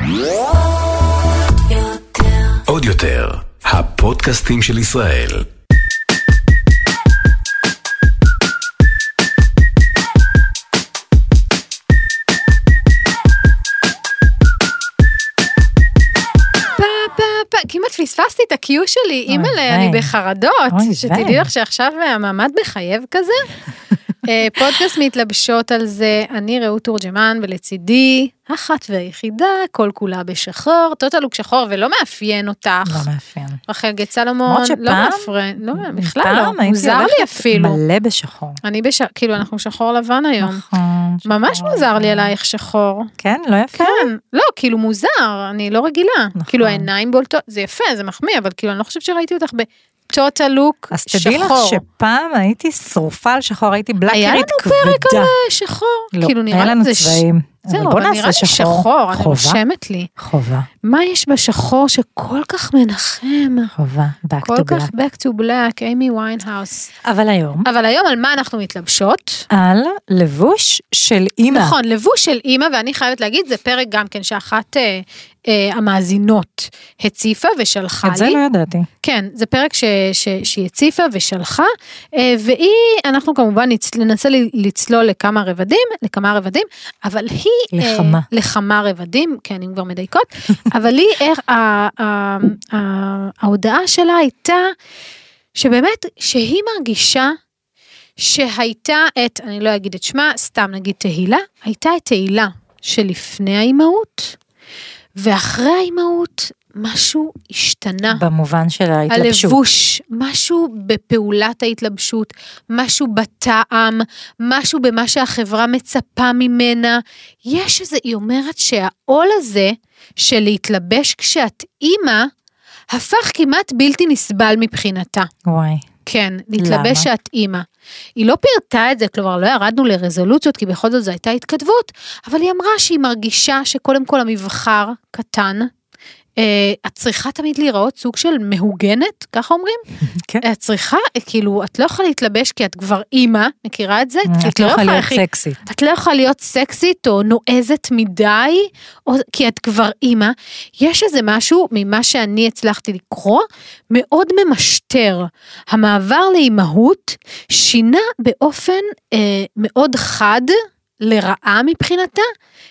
עוד יותר, הפודקאסטים של ישראל. כמעט פספסתי את הקיו שלי, אימא'לה, אני בחרדות, שתדעי לך שעכשיו המעמד מחייב כזה. פודקאסט מתלבשות על זה, אני רעות תורג'מן, ולצידי, אחת והיחידה, כל כולה בשחור, טוטלוק שחור, ולא מאפיין אותך. לא מאפיין. רחל גט סלומון, לא מאפרן, לא, בכלל לא, מוזר לי אפילו. מלא בשחור. כאילו אנחנו שחור לבן היום. ממש מוזר לי עלייך שחור. כן, לא יפה? כן, לא, כאילו מוזר, אני לא רגילה. כאילו העיניים בולטות, זה יפה, זה מחמיא, אבל כאילו אני לא חושבת שראיתי אותך טוטלוק שחור. אז תדעי לך שפעם הייתי שרופה על שחור, הייתי בלקרית כבדה. היה לנו פרק על שחור. לא, כאילו היה לנו צבעים. זהו, אבל נראה לי שחור, אני רושמת לי. חובה. מה יש בשחור שכל כך מנחם? חובה, back to black. כל כך back to black, אימי ויינהאוס. אבל היום על מה אנחנו מתלבשות? על לבוש של אימא. נכון, לבוש של אימא, ואני חייבת להגיד, זה פרק גם כן שאחת המאזינות הציפה ושלחה לי. את זה לא ידעתי. כן, זה פרק שהיא הציפה ושלחה, אנחנו כמובן ננסה לצלול לכמה רבדים, אבל היא... לכמה רבדים, כן, אם כבר מדייקות, אבל היא, ההודעה שלה הייתה, שבאמת, שהיא מרגישה, שהייתה אני לא אגיד את שמה, סתם נגיד תהילה, הייתה את תהילה שלפני האימהות, ואחרי האימהות, משהו השתנה. במובן של ההתלבשות. הלבוש, משהו בפעולת ההתלבשות, משהו בטעם, משהו במה שהחברה מצפה ממנה. יש היא אומרת שהעול הזה, של להתלבש כשאת אימא, הפך כמעט בלתי נסבל מבחינתה. וואי. כן, להתלבש שאת אימא. היא לא פירטה את זה, כלומר לא ירדנו לרזולוציות, כי בכל זאת זו הייתה התכתבות, אבל היא אמרה שהיא מרגישה שקודם כל המבחר קטן, את צריכה תמיד להיראות סוג של מהוגנת, ככה אומרים? כן. את צריכה, כאילו, את לא יכולה להתלבש כי את כבר אימא, מכירה את זה? את לא יכולה להיות סקסית. את לא יכולה להיות סקסית או נועזת מדי, כי את כבר אימא. יש איזה משהו, ממה שאני הצלחתי לקרוא, מאוד ממשטר. המעבר לאימהות שינה באופן מאוד חד, לרעה מבחינתה,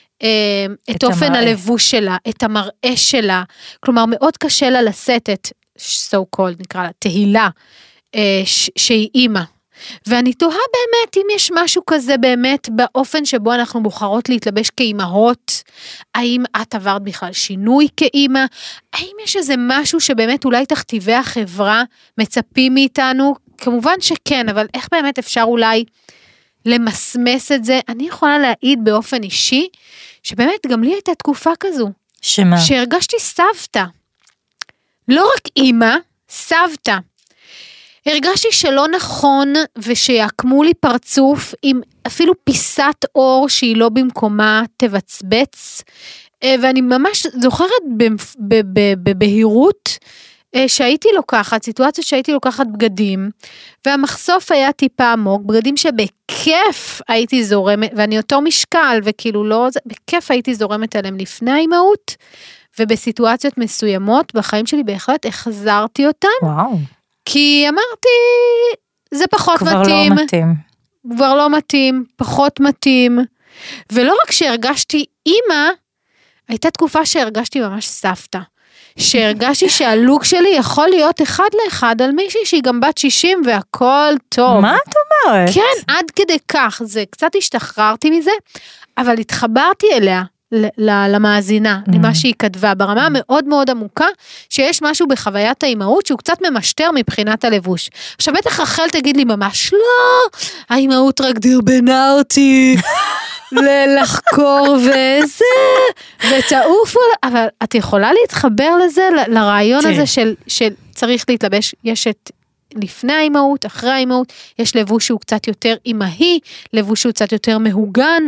את אופן הלבוש שלה, את המראה שלה, כלומר מאוד קשה לה לשאת את so called נקרא לה, תהילה, שהיא אימא, ואני תוהה באמת אם יש משהו כזה באמת באופן שבו אנחנו בוחרות להתלבש כאימהות, האם את עברת בכלל שינוי כאימא, האם יש איזה משהו שבאמת אולי תכתיבי החברה מצפים מאיתנו, כמובן שכן, אבל איך באמת אפשר אולי למסמס את זה, אני יכולה להעיד באופן אישי, שבאמת גם לי הייתה תקופה כזו. שמה? שהרגשתי סבתא. לא רק אימא, סבתא. הרגשתי שלא נכון, ושיעקמו לי פרצוף, עם אפילו פיסת אור, שהיא לא במקומה תבצבץ, ואני ממש זוכרת בבהירות, שהייתי לוקחת, סיטואציות שהייתי לוקחת בגדים, והמחשוף היה טיפה עמוק, בגדים שבכיף הייתי זורמת, ואני אותו משקל, וכאילו לא, בכיף הייתי זורמת עליהם לפני האימהות, ובסיטואציות מסוימות, בחיים שלי בהחלט החזרתי אותם, וואו. כי אמרתי, זה פחות מתאים. כבר לא מתאים. כבר לא מתאים, פחות מתאים, ולא רק שהרגשתי אימא, הייתה תקופה שהרגשתי ממש סבתא, שהרגשתי שהלוק שלי יכול להיות אחד לאחד על מישהי שהיא גם בת 60 והכל טוב. מה את אומרת? כן, עד כדי כך, זה קצת השתחררתי מזה, אבל התחברתי אליה, למאזינה, למה שהיא כתבה, ברמה מאוד מאוד עמוקה, שיש משהו בחוויית האימהות, שהוא קצת ממשטר מבחינת הלבוש. עכשיו בטח רחל תגיד לי ממש, לא, האימהות רק דרבנה אותי, לחקור וזה, ותעופו, אבל את יכולה להתחבר לזה, לרעיון הזה של צריך להתלבש, יש את לפני האימהות, אחרי האימהות, יש לבוש שהוא קצת יותר אימהי, לבוש שהוא קצת יותר מהוגן,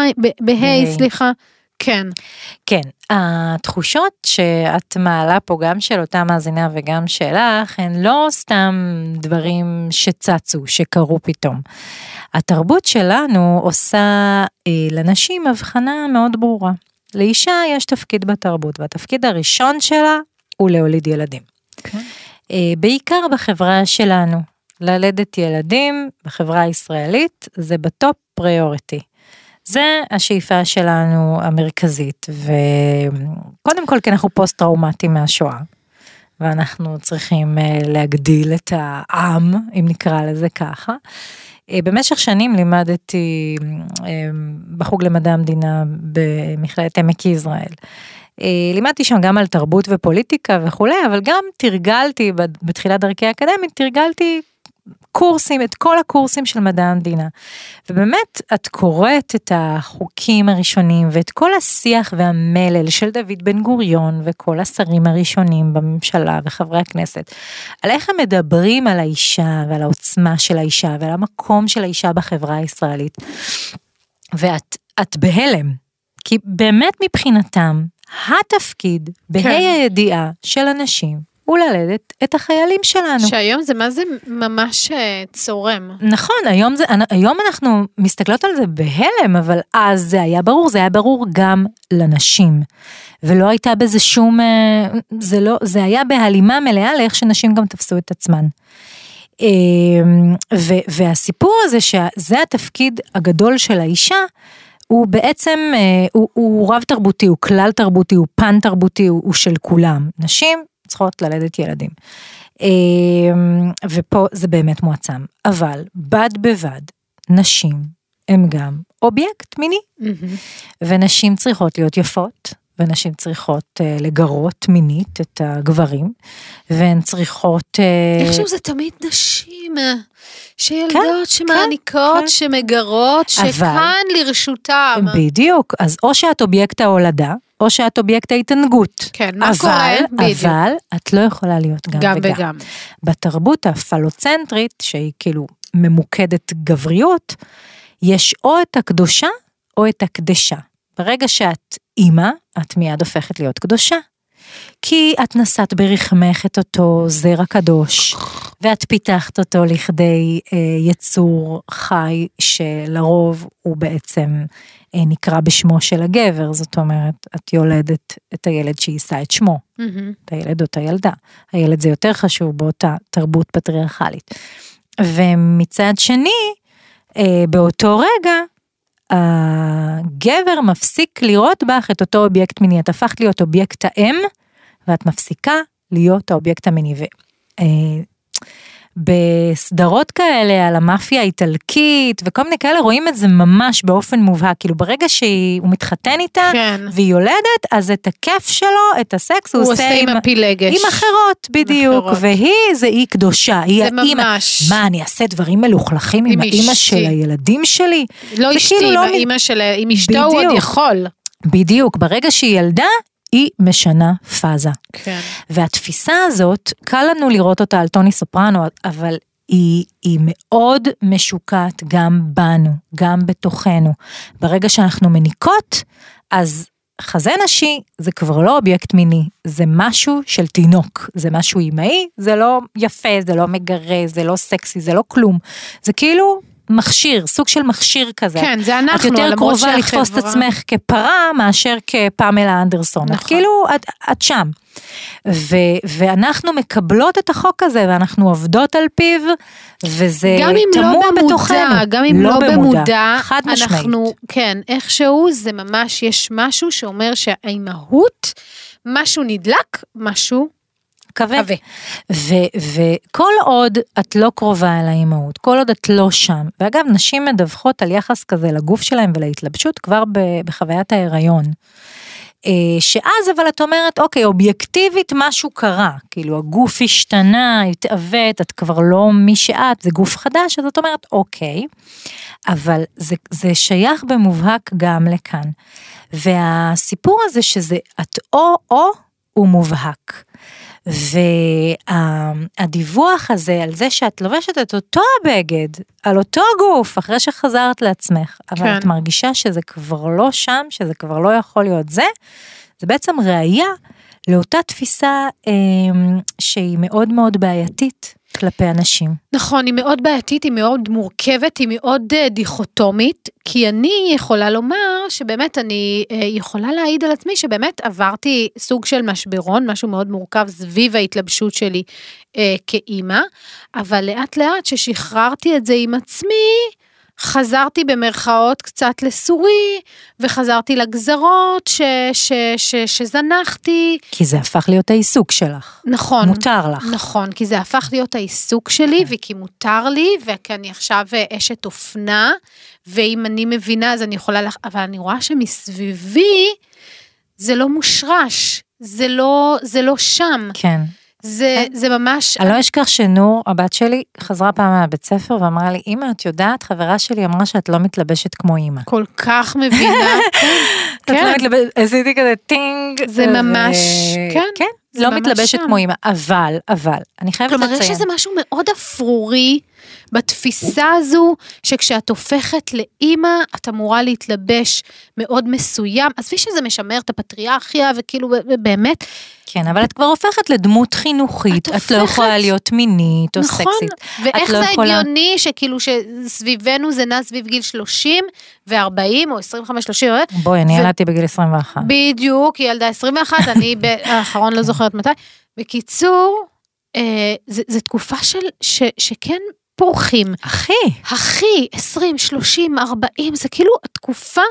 סליחה, כן. כן, התחושות שאת מעלה פה גם של אותה מאזינה וגם שלך, הן לא סתם דברים שצצו, שקרו פתאום. התרבות שלנו עושה לנשים הבחנה מאוד ברורה. לאישה יש תפקיד בתרבות, והתפקיד הראשון שלה הוא להוליד ילדים. בעיקר בחברה שלנו, ללדת ילדים בחברה הישראלית, זה בטופ פריוריטי. זה השאיפה שלנו המרכזית, וקודם כל כי אנחנו פוסט-טראומטיים מהשואה, ואנחנו צריכים להגדיל את העם, אם נקרא לזה ככה. במשך שנים לימדתי בחוג למדע המדינה במכללת עמק יזרעאל. לימדתי שם גם על תרבות ופוליטיקה וכולי, אבל גם תרגלתי, בתחילת דרכי האקדמית, תרגלתי קורסים, את כל הקורסים של מדע המדינה. ובאמת, את קוראת את החוקים הראשונים, ואת כל השיח והמלל של דוד בן גוריון, וכל השרים הראשונים בממשלה וחברי הכנסת, על איך הם מדברים על האישה, ועל העוצמה של האישה, ועל המקום של האישה בחברה הישראלית. ואת בהלם, כי באמת מבחינתם, התפקיד, בהי הידיעה של אנשים, וללדת את החיילים שלנו. שהיום זה מה זה ממש צורם. נכון, היום אנחנו מסתכלות על זה בהלם, אבל אז זה היה ברור גם לנשים. ולא הייתה בזה שום, זה היה בהלימה מלאה לאיך שנשים גם תפסו את עצמן. והסיפור הזה שזה התפקיד הגדול של האישה, הוא בעצם, הוא רב תרבותי, הוא כלל תרבותי, הוא פן תרבותי, הוא של כולם. נשים צריכות ללדת ילדים. ופה זה באמת מועצם. אבל בד בבד, נשים הם גם אובייקט מיני. ונשים צריכות להיות יפות, ונשים צריכות לגרות מינית את הגברים, והן צריכות... איכשהו זה תמיד נשים, שילדות, שמעניקות, שמגרות, שכאן לרשותם. בדיוק, אז או שאת אובייקט ההולדה, או שאת אובייקט ההתענגות. כן, מה קורה? בדיוק. אבל את לא יכולה להיות גם וגם. בתרבות הפלוצנטרית, שהיא כאילו ממוקדת גבריות, יש או את הקדושה, או את הקדשה. ברגע שאת אימא, את מיד הופכת להיות קדושה. כי את נשאת ברחמך את אותו זרע קדוש, ואת פיתחת אותו לכדי יצור חי, שלרוב הוא בעצם נקרא בשמו של הגבר, זאת אומרת, את יולדת את הילד שיישא את שמו, את הילד או את הילדה. הילד זה יותר חשוב באותה תרבות פטריארכלית. ומצד שני, באותו רגע, הגבר מפסיק לראות בך את אותו אובייקט מיני, את הפכת להיות אובייקט האם, ואת מפסיקה להיות האובייקט המיני. בסדרות כאלה, על המאפיה האיטלקית, וכל מיני כאלה, רואים את זה ממש באופן מובהק, כאילו ברגע שהוא מתחתן איתה, והיא יולדת, אז את הכיף שלו, את הסקס, הוא עושה עם הפילגש. עם אחרות, בדיוק, והיא זה אי קדושה, היא האמא, מה, אני אעשה דברים מלוכלכים עם האמא של הילדים שלי? לא אשתי, עם האמא של, עם אשתו הוא עוד יכול. בדיוק, ברגע שהיא ילדה, היא משנה פאזה. כן. והתפיסה הזאת, קל לנו לראות אותה על טוני סופרנו, אבל היא מאוד משוקעת גם בנו, גם בתוכנו. ברגע שאנחנו מניקות, אז חזה נשי זה כבר לא אובייקט מיני, זה משהו של תינוק, זה משהו אימהי, זה לא יפה, זה לא מגרה, זה לא סקסי, זה לא כלום. זה כאילו מכשיר, סוג של מכשיר כזה. כן, זה אנחנו. את יותר קרובה לתפוס את עצמך כפרה, מאשר כפמלה אנדרסון. נכון. את כאילו, את שם. ואנחנו מקבלות את החוק הזה, ואנחנו עובדות על פיו, וזה תמוע בתוכנו. גם אם לא במודע, חד משמעית. אנחנו, כן, איכשהו זה ממש, יש משהו שאומר שהאימהות, משהו נדלק, משהו כווה. וכל עוד את לא קרובה אל האימהות, כל עוד את לא שם, ואגב, נשים מדווחות על יחס כזה לגוף שלהם ולהתלבשות כבר בחוויית ההיריון, שאז אבל את אומרת, אוקיי, אובייקטיבית משהו קרה, כאילו הגוף השתנה, התאבט, את כבר לא מי שאת, זה גוף חדש, אז את אומרת, אוקיי, אבל זה שייך במובהק גם לכאן, והסיפור הזה שזה את או הוא מובהק, והדיווח הזה על זה שאת לובשת את אותו הבגד, על אותו גוף, אחרי שחזרת לעצמך, אבל את מרגישה שזה כבר לא שם, שזה כבר לא יכול להיות זה בעצם ראייה לאותה תפיסה שהיא מאוד מאוד בעייתית כלפי אנשים. נכון, היא מאוד בעייתית, היא מאוד מורכבת, היא מאוד דיכוטומית, כי אני יכולה לומר שבאמת אני יכולה להעיד על עצמי שבאמת עברתי סוג של משברון, משהו מאוד מורכב סביב ההתלבשות שלי כאימא, אבל לאט לאט ששחררתי את זה עם עצמי, חזרתי במרכאות קצת לסורי, וחזרתי לגזרות שזנחתי. כי זה הפך להיות העיסוק שלך. נכון. מותר לך. נכון, כי זה הפך להיות העיסוק שלי, וכי מותר לי, וכי אני עכשיו אשת אופנה, ואם אני מבינה, אז אני יכולה אבל אני רואה שמסביבי, זה לא מושרש, זה לא שם. כן. זה ממש... אני לא אשכח שנור, הבת שלי, חזרה פעם מהבית ספר ואמרה לי, אמא, את יודעת, חברה שלי אמרה שאת לא מתלבשת כמו אמא. כל כך מבינה. כן. עשיתי כזה טינג. זה ממש, כן. כן, לא מתלבשת כמו אמא, אבל, אני חייבת לציין. כלומר, יש איזה משהו מאוד אפרורי, בתפיסה הזו, שכשאת הופכת לאמא, את אמורה להתלבש מאוד מסוים, אז כפי שזה משמר את הפטריארכיה, וכאילו באמת... כן, אבל את כבר הופכת לדמות חינוכית, את לא יכולה להיות מינית או סקסית. נכון, ואיך זה הגיוני שכאילו שסביבנו זה נע סביב גיל 30 ו-40 או 25-30. בואי, אני ילדתי בגיל 21. בדיוק, היא ילדה 21, אני האחרון לא זוכרת מתי. בקיצור, זו תקופה שכן פורחים. הכי, 20, 30, 40, זה כאילו התקופה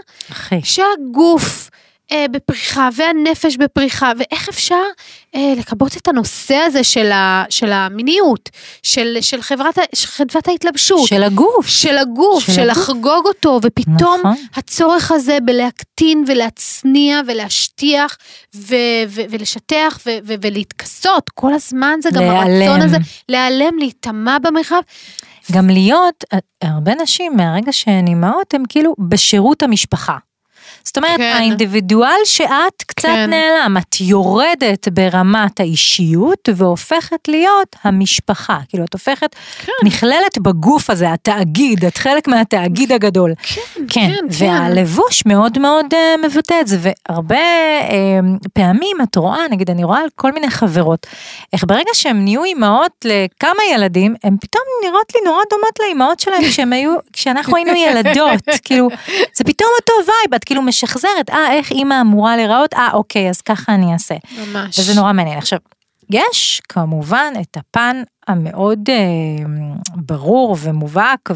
שהגוף בפריחה והנפש בפריחה, ואיך אפשר לקבות את הנושא הזה של המיניות, של חדוות ההתלבשות. של הגוף. של לחגוג אותו, ופתאום הצורך הזה בלהקטין ולהצניע ולהשטיח ולשטח ולהתכסות, כל הזמן זה גם הרצון הזה, להיעלם, להתאמה במרחב. גם להיות, הרבה נשים מהרגע שהן אימהות, הן כאילו בשירות המשפחה. זאת אומרת, האינדיבידואל שאת קצת נעלם, את יורדת ברמת האישיות, והופכת להיות המשפחה, כאילו את הופכת נכללת בגוף הזה, התאגיד, את חלק מהתאגיד הגדול. כן, והלבוש מאוד מאוד מבטא את זה, והרבה פעמים את רואה, נגיד אני רואה על כל מיני חברות, איך ברגע שהם נהיו אימהות לכמה ילדים, הם פתאום נראות לי נורא דומות לאימהות שלהם, כשאנחנו היינו ילדות, כאילו, זה פתאום אותו וייב, את כאילו משחזרת, איך אימא אמורה לראות, אוקיי, אז ככה אני אעשה. ממש. וזה נורא מעניין. עכשיו, יש כמובן את הפן המאוד ברור ומובהק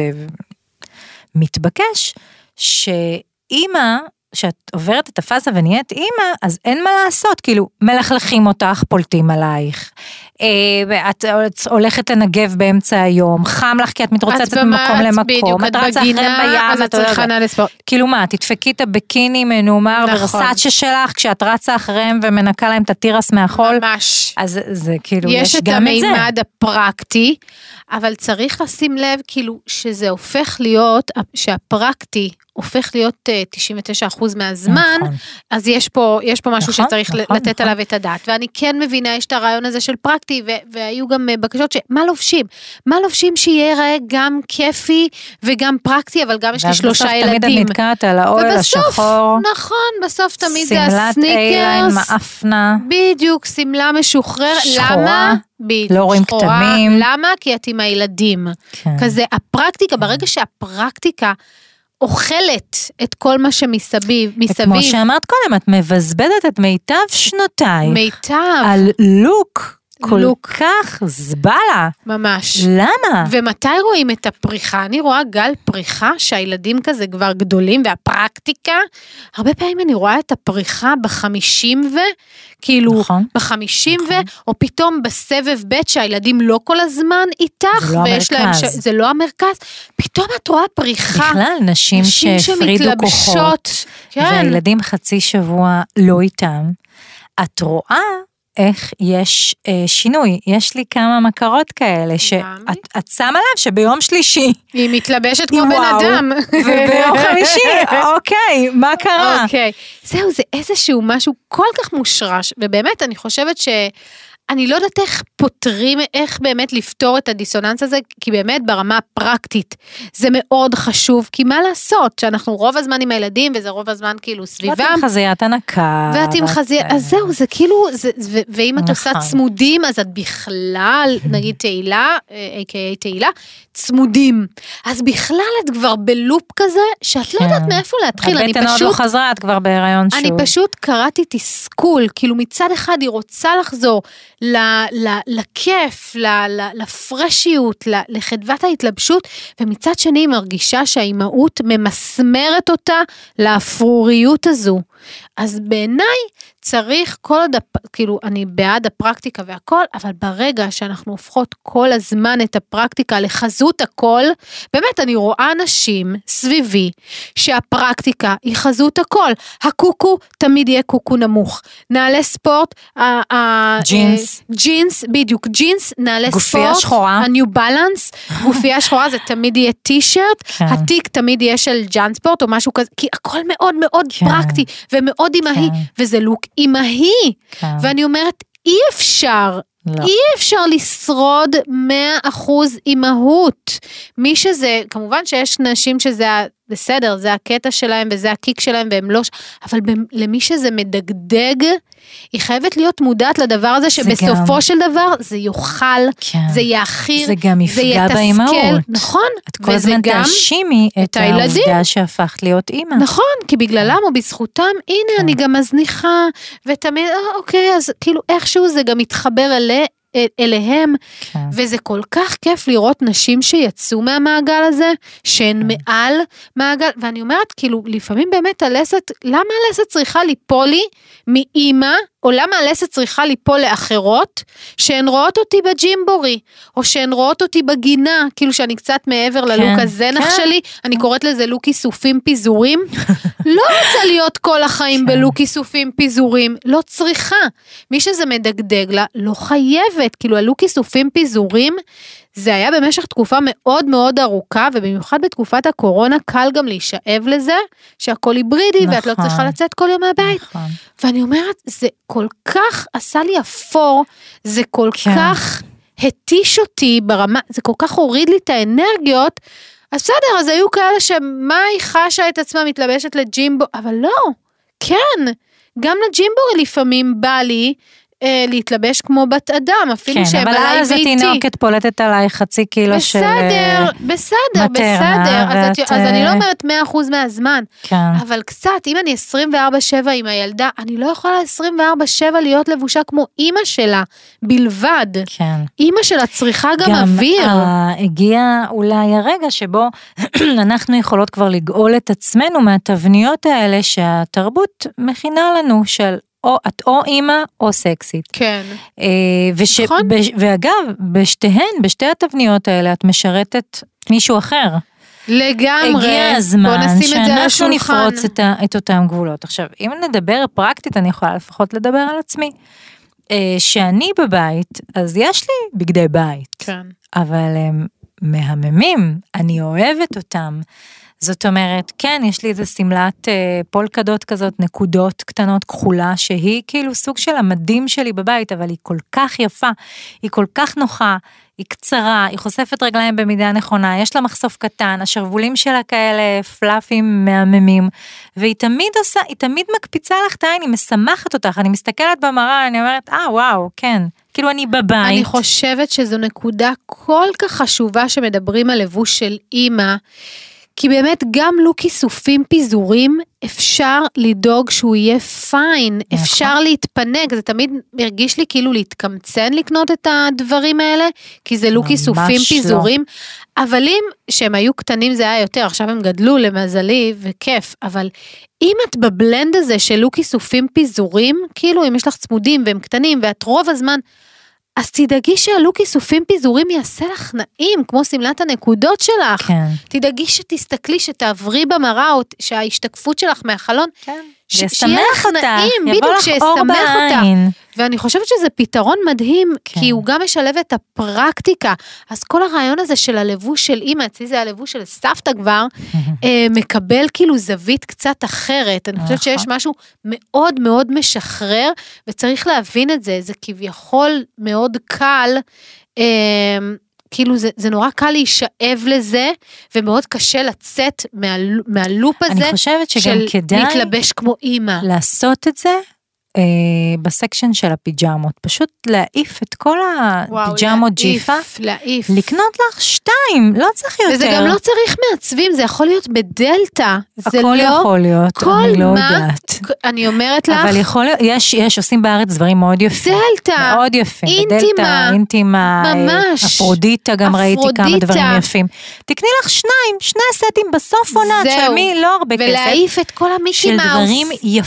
ומתבקש, שאימא, שאת עוברת את הפאזה ונהיית אימא, אז אין מה לעשות, כאילו מלכלכים אותך, פולטים עלייך, את הולכת לנגב באמצע היום, חם לך כי את מתרוצצת ממקום למקום, את רצה אחרי בים, את צריכה כאילו מה, תדפקי את הביקיני מנומר ורסאצ'ה שלך, כשאת רצה אחריהם ומנקה להם את הטירס מהחול, ממש. אז זה כאילו, יש את גם את זה. המימד הפרקטי, אבל צריך לשים לב כאילו שזה הופך להיות, שהפרקטי הופך להיות 99% מהזמן, אז יש פה משהו שצריך לתת עליו את הדעת, ואני כן מבינה, יש את הרעיון הזה של פרקטי, והיו גם בקשות שמה לובשים? מה לובשים שיהיה ראה גם כיפי וגם פרקטי, אבל גם יש לי 3 ילדים. ובסוף תמיד את נתקעת על האוהל השחור. נכון, בסוף תמיד זה הסניקרס. סמלת איילן, מאפנה. בדיוק, סמלה משוחררת. שחורה. לא רואים כתמים. למה? כי את עם הילדים. כזה, הפרקטיקה, ברגע שהפרקטיקה אוכלת את כל מה שמסביב. וכמו שאמרת קודם, את מבזבזת את מיטב שנותייך. מיטב. על לוק כל כך זבלה. ממש. למה? ומתי רואים את הפריחה? אני רואה גל פריחה שהילדים כזה כבר גדולים, והפרקטיקה, הרבה פעמים אני רואה את הפריחה ב50 כאילו ב50 או פתאום בסבב ב' שהילדים לא כל הזמן איתך, ויש להם, זה לא המרכז, פתאום את רואה פריחה. בכלל, נשים שהפרידו כוחות, והילדים חצי שבוע לא איתם, את רואה איך יש שינוי, יש לי כמה מכרות כאלה, שאת שמה לב שביום שלישי, היא מתלבשת כמו בן אדם, וביום חמישי, אוקיי, מה קרה? אוקיי, זהו, זה איזשהו משהו כל כך מושרש, ובאמת אני חושבת אני לא יודעת איך פותרים, איך באמת לפתור את הדיסוננס הזה, כי באמת ברמה הפרקטית, זה מאוד חשוב, כי מה לעשות, שאנחנו רוב הזמן עם הילדים, וזה רוב הזמן כאילו סביבם. ואת עם חזיית הנקה. ואת עם חזיית, אז זהו, זה כאילו, ואם את עושה צמודים, אז את בכלל, נגיד תהילה, a.k.a. תהילה, צמודים. אז בכלל את כבר בלופ כזה, שאת לא יודעת מאיפה להתחיל. הבטן עוד לא חזרה, את כבר בהיריון שוב. אני פשוט קראתי תסכול, כאילו מצד אחד היא רוצה לחזור לכיף, לפרשיות, לחדוות ההתלבשות, ומצד שני היא מרגישה שהאימהות ממסמרת אותה לאפרוריות הזו. אז בעיניי צריך כל עוד, כאילו אני בעד הפרקטיקה והכל, אבל ברגע שאנחנו הופכות כל הזמן את הפרקטיקה לחזות הכל, באמת אני רואה אנשים סביבי, שהפרקטיקה היא חזות הכל, הקוקו תמיד יהיה קוקו נמוך, נעלי ספורט, ג'ינס, בדיוק, ג'ינס, נעלי ספורט, גופייה שחורה, הניו בלנס, גופייה שחורה זה תמיד יהיה טי-שירט, התיק תמיד יהיה של ג'אנספורט או משהו כזה, כי הכל מאוד מאוד פרקטי, ומאוד אימהי, וזה לוק אימהי, ואני אומרת, אי אפשר לשרוד 100% אימהות, מי שזה, כמובן שיש נשים שזה בסדר, זה הקטע שלהם וזה הקיק שלהם והם לא, אבל למי שזה מדגדג, היא חייבת להיות מודעת לדבר הזה, שבסופו של דבר זה יוכל, זה יאחיר, זה גם יפגע באימהות. נכון. את כל הזמן תאשימי את העובדה שהפכת להיות אימא. נכון, כי בגללם או בזכותם, הנה אני גם מזניחה, ותמיד, אוקיי, אז כאילו איכשהו זה גם מתחבר אליהם, וזה כל כך כיף לראות נשים שיצאו מהמעגל הזה, שהן מעל מעגל, ואני אומרת, כאילו, לפעמים באמת הלסת, למה הלסת צריכה ליפול לי מאמא, או למה הלסת צריכה ליפול לאחרות, שהן רואות אותי בג'ימבורי, או שהן רואות אותי בגינה, כאילו שאני קצת מעבר ללוק הזנח שלי, אני קוראת לזה לוק איסופים פיזורים, לא רוצה להיות כל החיים בלוק איסופים פיזורים, לא צריכה, מי שזה מדגדג לה, לא חייבת, כאילו הלוק איסופים פיזורים, זה היה במשך תקופה מאוד מאוד ארוכה, ובמיוחד בתקופת הקורונה, קל גם להישאב לזה, שהכל היברידי, ואת לא צריכה לצאת כל יום מהבית. ואני אומרת, זה כל כך עשה לי אפור, זה כל כך התיש אותי ברמה, זה כל כך הוריד לי את האנרגיות, אז בסדר, אז היו כאלה שמה היא חשה את עצמה מתלבשת לג'ימבו, אבל לא, כן, גם לג'ימבורי לפעמים בא לי, להתלבש כמו בת אדם, אפילו שהם עליי ואיתי. אבל אז התינוקת פולטת עליי חצי קילו של בסדר. אז אני לא אומרת 100% מהזמן, אבל קצת, אם אני 24/7 עם הילדה, אני לא יכולה 24/7 להיות לבושה כמו אימא שלה, בלבד. אימא שלה צריכה גם אוויר. הגיע אולי הרגע שבו אנחנו יכולות כבר לגאול את עצמנו מהתבניות האלה שהתרבות מכינה לנו של את או אימא או סקסית. כן. נכון. ואגב, בשתי התבניות האלה, את משרתת מישהו אחר. לגמרי. הגיע הזמן שאנחנו נפרוץ את אותם גבולות. עכשיו, אם נדבר פרקטית, אני יכולה לפחות לדבר על עצמי. שאני בבית, אז יש לי בגדי בית. כן. אבל הם מהממים, אני אוהבת אותם. זאת אומרת, כן, יש לי איזה סמלת פולקדות כזאת, נקודות קטנות כחולה, שהיא כאילו סוג של המדים שלי בבית, אבל היא כל כך יפה, היא כל כך נוחה, היא קצרה, היא חושפת רגליים במידה נכונה, יש לה מחשוף קטן, השרבולים שלה כאלה פלאפים מהממים, והיא תמיד עושה, היא תמיד מקפיצה לך את העין, היא משמחת אותך, אני מסתכלת במראה, אני אומרת, וואו, כן, כאילו אני בבית. אני חושבת שזו נקודה כל כך חשובה שמדברים על לבוש של אימא, כי באמת גם לוק איסופים פיזורים, אפשר לדאוג שהוא יהיה פיין, אפשר להתפנק, זה תמיד מרגיש לי כאילו להתקמצן לקנות את הדברים האלה, כי זה לוק איסופים פיזורים, אבל אם שהם היו קטנים זה היה יותר, עכשיו הם גדלו למזלי וכיף, אבל אם את בבלנד הזה של לוק איסופים פיזורים, כאילו אם יש לך צמודים והם קטנים, ואת רוב הזמן, אז תדאגי שהלוק איסופים פיזורים יעשה לך נעים, כמו סמלת הנקודות שלך. כן. תדאגי שתסתכלי, שתעברי במראה, או שההשתקפות שלך מהחלון, כן. שיהיה לך נעים, יבוא בדיוק, לך אור בעין. ואני חושבת שזה פתרון מדהים, כי הוא גם משלב את הפרקטיקה, אז כל הרעיון הזה של הלבוש של אמא, אצלי זה הלבוש של סבתא כבר, מקבל כאילו זווית קצת אחרת, אני חושבת שיש משהו מאוד מאוד משחרר, וצריך להבין את זה, זה כביכול מאוד קל, כאילו זה נורא קל להישאב לזה, ומאוד קשה לצאת מהלופ הזה, אני חושבת שגם כדאי להתלבש כמו אמא. לעשות את זה, בסקשן של הפיג'מות, פשוט להעיף את כל הפיג'מות ג'יפה, לקנות לך 2, לא צריך יותר. וזה גם לא צריך מעצבים, זה יכול להיות בדלטה. הכל יכול להיות, אני לא יודעת. אני אומרת לך. אבל יכול להיות, יש עושים בארץ דברים מאוד יפים. דלטה. מאוד יפים. בדלטה, אינטימה, ממש. אפרודיטה, גם ראיתי כמה דברים יפים. תקני לך 2 סטים בסוף עונה, שמי לא הרבה כסף. ולהעיף את כל המיקי מאוס. של דברים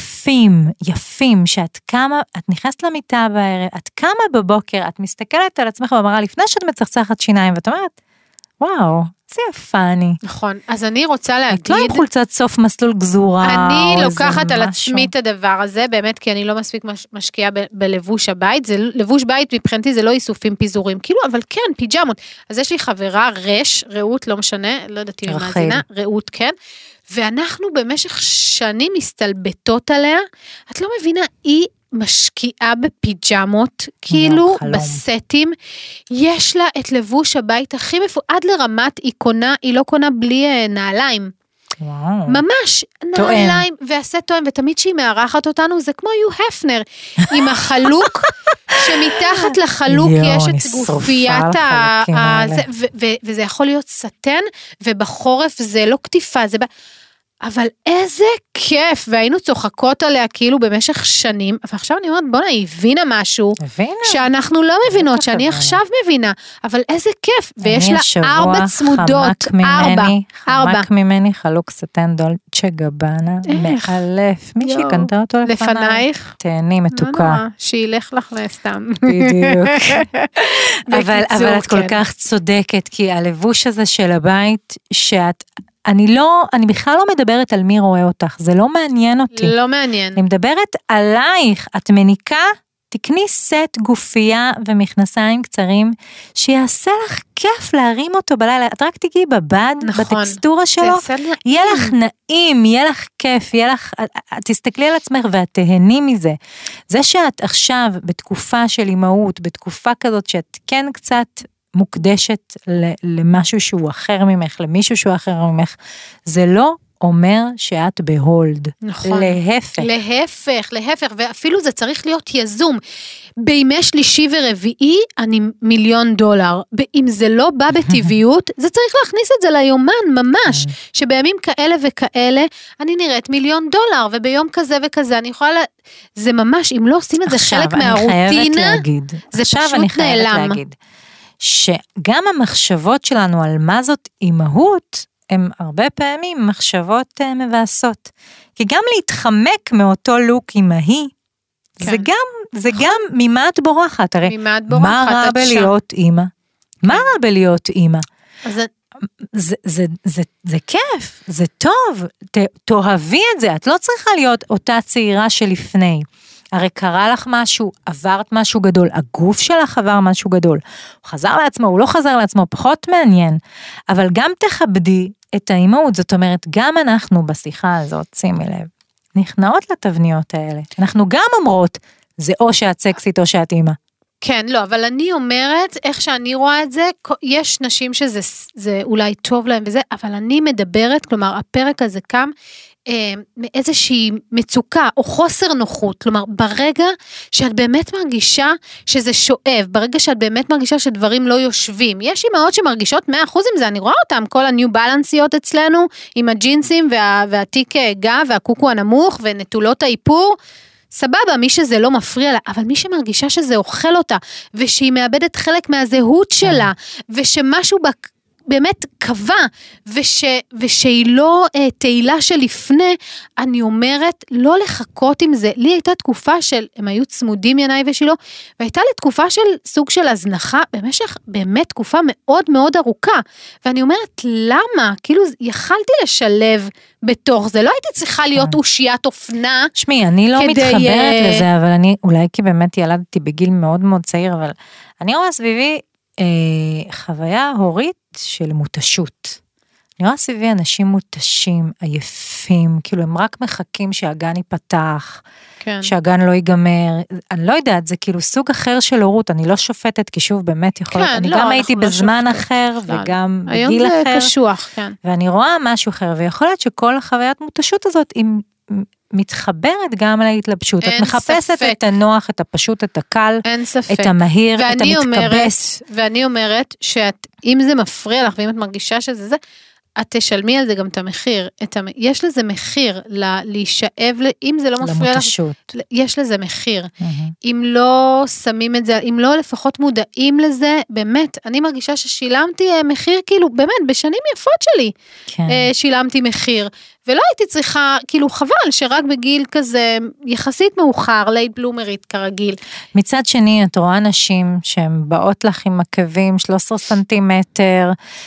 יפים, שאת קמה, את נכנסת למיטה בערב, את קמה בבוקר, את מסתכלת על עצמך במראה לפני שאת מצחצחת שיניים, ואת אומרת, וואו, זה יפה אני. נכון, אז אני רוצה להגיד... את לא עם חולצת סוף מסלול גזורה, אני לוקחת על עצמי את הדבר הזה, באמת, כי אני לא מספיק משקיעה בלבוש הבית, לבוש בית מבחינתי זה לא איסופים פיזורים, כאילו, אבל כן, פיג'מות. אז יש לי חברה רעות, לא משנה, לא יודעת אם היא מאזינה, רעות, כן, ואנחנו במשך שנים מסתלבטות עליה, את לא מבינה, היא משקיעה בפיג'מות, כאילו בסטים, יש לה את לבוש הבית הכי עד לרמת היא לא קונה בלי נעליים. ממש, נעליים ועשה תואם, ותמיד שהיא מארחת אותנו, זה כמו יו הפנר, עם החלוק, שמתחת לחלוק יש את גופיית, וזה יכול להיות סטן, ובחורף זה לא כתיפה, זה אבל איזה כיף, והיינו צוחקות עליה כאילו במשך שנים, ועכשיו אני אומרת, בונה, היא הבינה משהו, שאנחנו לא מבינות, שאני עכשיו מבינה, אבל איזה כיף, ויש לה 4 צמודות, 4. חמק ממני חלוק סטן דולצ'ה גבנה, מאלף, מישהי קנתה אותו לפנייך, תהני מתוקה. שילך לך לסתם. בדיוק. אבל את כל כך צודקת, כי הלבוש הזה של הבית, אני בכלל לא מדברת על מי רואה אותך, זה לא מעניין אותי. לא מעניין. אני מדברת עלייך, את מניקה, תקני סט גופייה ומכנסיים קצרים, שיעשה לך כיף להרים אותו בלילה, את רק תגיעי בבד, בטקסטורה שלו, יהיה לך נעים, יהיה לך כיף, תסתכלי על עצמך ואת תהני מזה. זה שאת עכשיו בתקופה של אימהות, בתקופה כזאת שאת כן קצת מוקדשת למשהו שהוא אחר ממך, למישהו שהוא אחר ממך, זה לא אומר שאת בהולד. נכון. להפך, ואפילו זה צריך להיות יזום. בימי שלישי ורביעי, אני $1,000,000. אם זה לא בא בטבעיות, זה צריך להכניס את זה ליומן, ממש. שבימים כאלה וכאלה, אני נראית $1,000,000, וביום כזה וכזה, אני יכולה, זה ממש, אם לא עושים את זה חלק מהרוטינה, זה פשוט נעלם. שגם המחשבות שלנו על מה זאת אימהות, הן הרבה פעמים מחשבות מבאסות. כי גם להתחמק מאותו לוק אימהי, זה גם ממה את בורחת. הרי מה רע בלהיות אימא? מה רע בלהיות אימא? זה כיף, זה טוב, תאהבי את זה, את לא צריכה להיות אותה צעירה שלפני. הרי קרה לך משהו, עברת משהו גדול, הגוף שלך עבר משהו גדול, הוא חזר לעצמו, הוא לא חזר לעצמו, פחות מעניין, אבל גם תכבדי את האימהות, זאת אומרת, גם אנחנו בשיחה הזאת, שימי לב, נכנעות לתבניות האלה, אנחנו גם אומרות, זה או שאת סקסית או שאת אימא. כן, לא, אבל אני אומרת, איך שאני רואה את זה, יש נשים שזה אולי טוב להם וזה, אבל אני מדברת, כלומר, הפרק הזה קם, מאיזושהי מצוקה או חוסר נוחות, כלומר ברגע שאת באמת מרגישה שזה שואב, ברגע שאת באמת מרגישה שדברים לא יושבים, יש אימהות שמרגישות 100% עם זה, אני רואה אותם, כל הניו בלנסיות אצלנו, עם הג'ינסים והתיק גב והקוקו הנמוך ונטולות האיפור, סבבה, מי שזה לא מפריע לה, אבל מי שמרגישה שזה אוכל אותה, ושהיא מאבדת חלק מהזהות שלה, ושמשהו באמת קבע, ושהיא לא תהילה שלפני, אני אומרת, לא לחכות עם זה. לי הייתה תקופה הם היו צמודים ינאי ושילו, והייתה לי תקופה של סוג של הזנחה, במשך באמת תקופה מאוד מאוד ארוכה, ואני אומרת, למה? כאילו, יכלתי לשלב בתוך זה, לא הייתי צריכה להיות אושיית אופנה. שמי, אני לא מתחברת לזה, אבל אני, אולי כי באמת ילדתי בגיל מאוד מאוד צעיר, אבל אני רואה סביבי חוויה הורית של מותשות. אני רואה סביבי אנשים מותשים, עייפים, כאילו הם רק מחכים שהגן ייפתח, כן. שהגן לא ייגמר, אני לא יודעת, זה כאילו סוג אחר של הורות, אני לא שופטת, כי שוב באמת יכול להיות, אני גם הייתי בזמן אחר, וגם בגיל אחר, היום זה קשוח, כן. ואני רואה משהו אחר, ויכול להיות שכל החוויית מותשות הזאת, היא מתחברת גם על ההתלבשות, את מחפשת ספק. את הנוח, את הפשוט, את הקל, את המהיר, את המתקבס. ואני אומרת, שאם זה מפריע לך, ואם את מרגישה שזה זה, את תשלמי על זה גם את המחיר, יש לזה מחיר להישאב, אם זה לא מפריע לך, יש לזה מחיר, אם לא שמים את זה, אם לא לפחות מודעים לזה, באמת, אני מרגישה ששילמתי מחיר, כאילו, באמת, בשנים יפות שלי, שילמתי מחיר, ולא הייתי צריכה, כאילו חבל שרק בגיל כזה, יחסית מאוחר, לייט בלומרית כרגיל. מצד שני, את רואה נשים שהן באות לך עם עקבים 13 סנטימטר,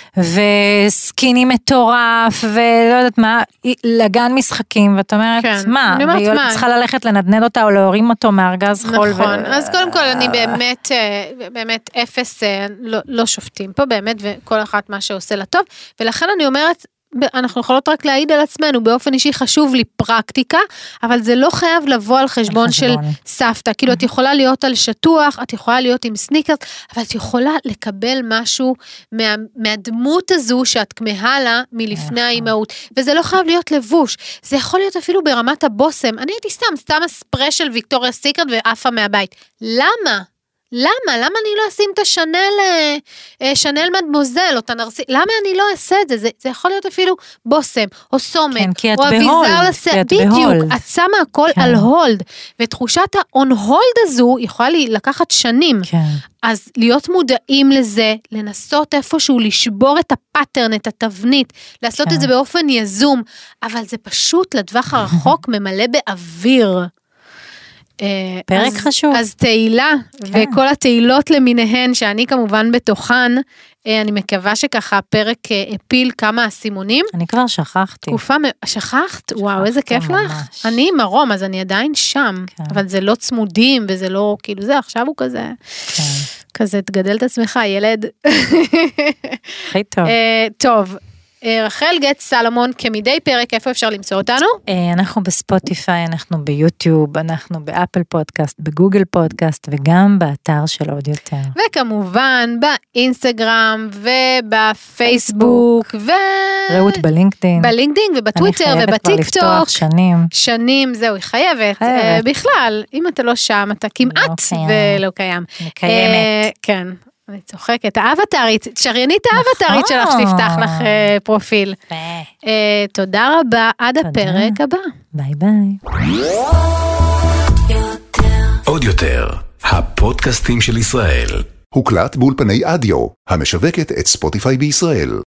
וסקיני מטורף, ולא יודעת מה, לגן משחקים, ואת אומרת, כן, מה? והיא צריכה ללכת לנדנד אותה, או להורים אותו מארגז חול. נכון, אז קודם כל אני באמת אפס, לא שופטים פה, באמת, וכל אחת מה שעושה לה טוב, ולכן אני אומרת, אנחנו יכולות רק להעיד על עצמנו, באופן אישי חשוב לי פרקטיקה, אבל זה לא חייב לבוא על חשבון של סבתא, כאילו את יכולה להיות על שטוח, את יכולה להיות עם סניקרס, אבל את יכולה לקבל משהו מהדמות הזו שאת כמהה לה מלפני האימהות, וזה לא חייב להיות לבוש, זה יכול להיות אפילו ברמת הבוסם, אני הייתי סתם הספרש של ויקטוריה סיקרט ועפה מהבית, למה? למה אני לא אשים את שנל מדמוזל, או את הנרסי, למה אני לא אעשה את זה? זה יכול להיות אפילו בוסם, או סומק, כן, או אביזר לסע, בדיוק, את שמה הכל כן. על הולד, ותחושת ה-on hold הזו, יכולה לקחת שנים, כן. אז להיות מודעים לזה, לנסות איפשהו, לשבור את הפאטרן, את התבנית, לעשות כן. את זה באופן יזום, אבל זה פשוט לטווח הרחוק ממלא באוויר, פרק חשוב. אז תהילה, כן. וכל התהילות למיניהן, שאני כמובן בתוכן, אני מקווה שככה הפרק הפיל כמה הסימונים. אני כבר שכחתי. שכחת? וואו, איזה כיף ממש. לך. אני מרום, אז אני עדיין שם, כן. אבל זה לא צמודים, וזה לא, כאילו זה, עכשיו הוא כזה, כן. כזה, תגדל את עצמך, ילד. הכי טוב. טוב. רחל גט סלומון, כמדי פרק, איפה אפשר למצוא אותנו? אנחנו בספוטיפיי, אנחנו ביוטיוב, אנחנו באפל פודקאסט, בגוגל פודקאסט, וגם באתר של עוד יותר. וכמובן, באינסטגרם, ובפייסבוק, ראות בלינקדין. בלינקדין, ובטוויטר, ובטיקטוק. אני חייבת כבר לפתוח שנים. שנים, זהו, היא חייבת. בכלל, אם אתה לא שם, אתה כמעט ולא קיים. מקיימת. כן. אני צוחקת, האבטרית, שריינית האבטרית שלך שתפתח לך פרופיל. תודה רבה, עד הפרק הבא. ביי ביי. עוד יותר, הפודקאסטים של ישראל. הוקלט באולפני אדיו, המשווקת את ספוטיפיי בישראל.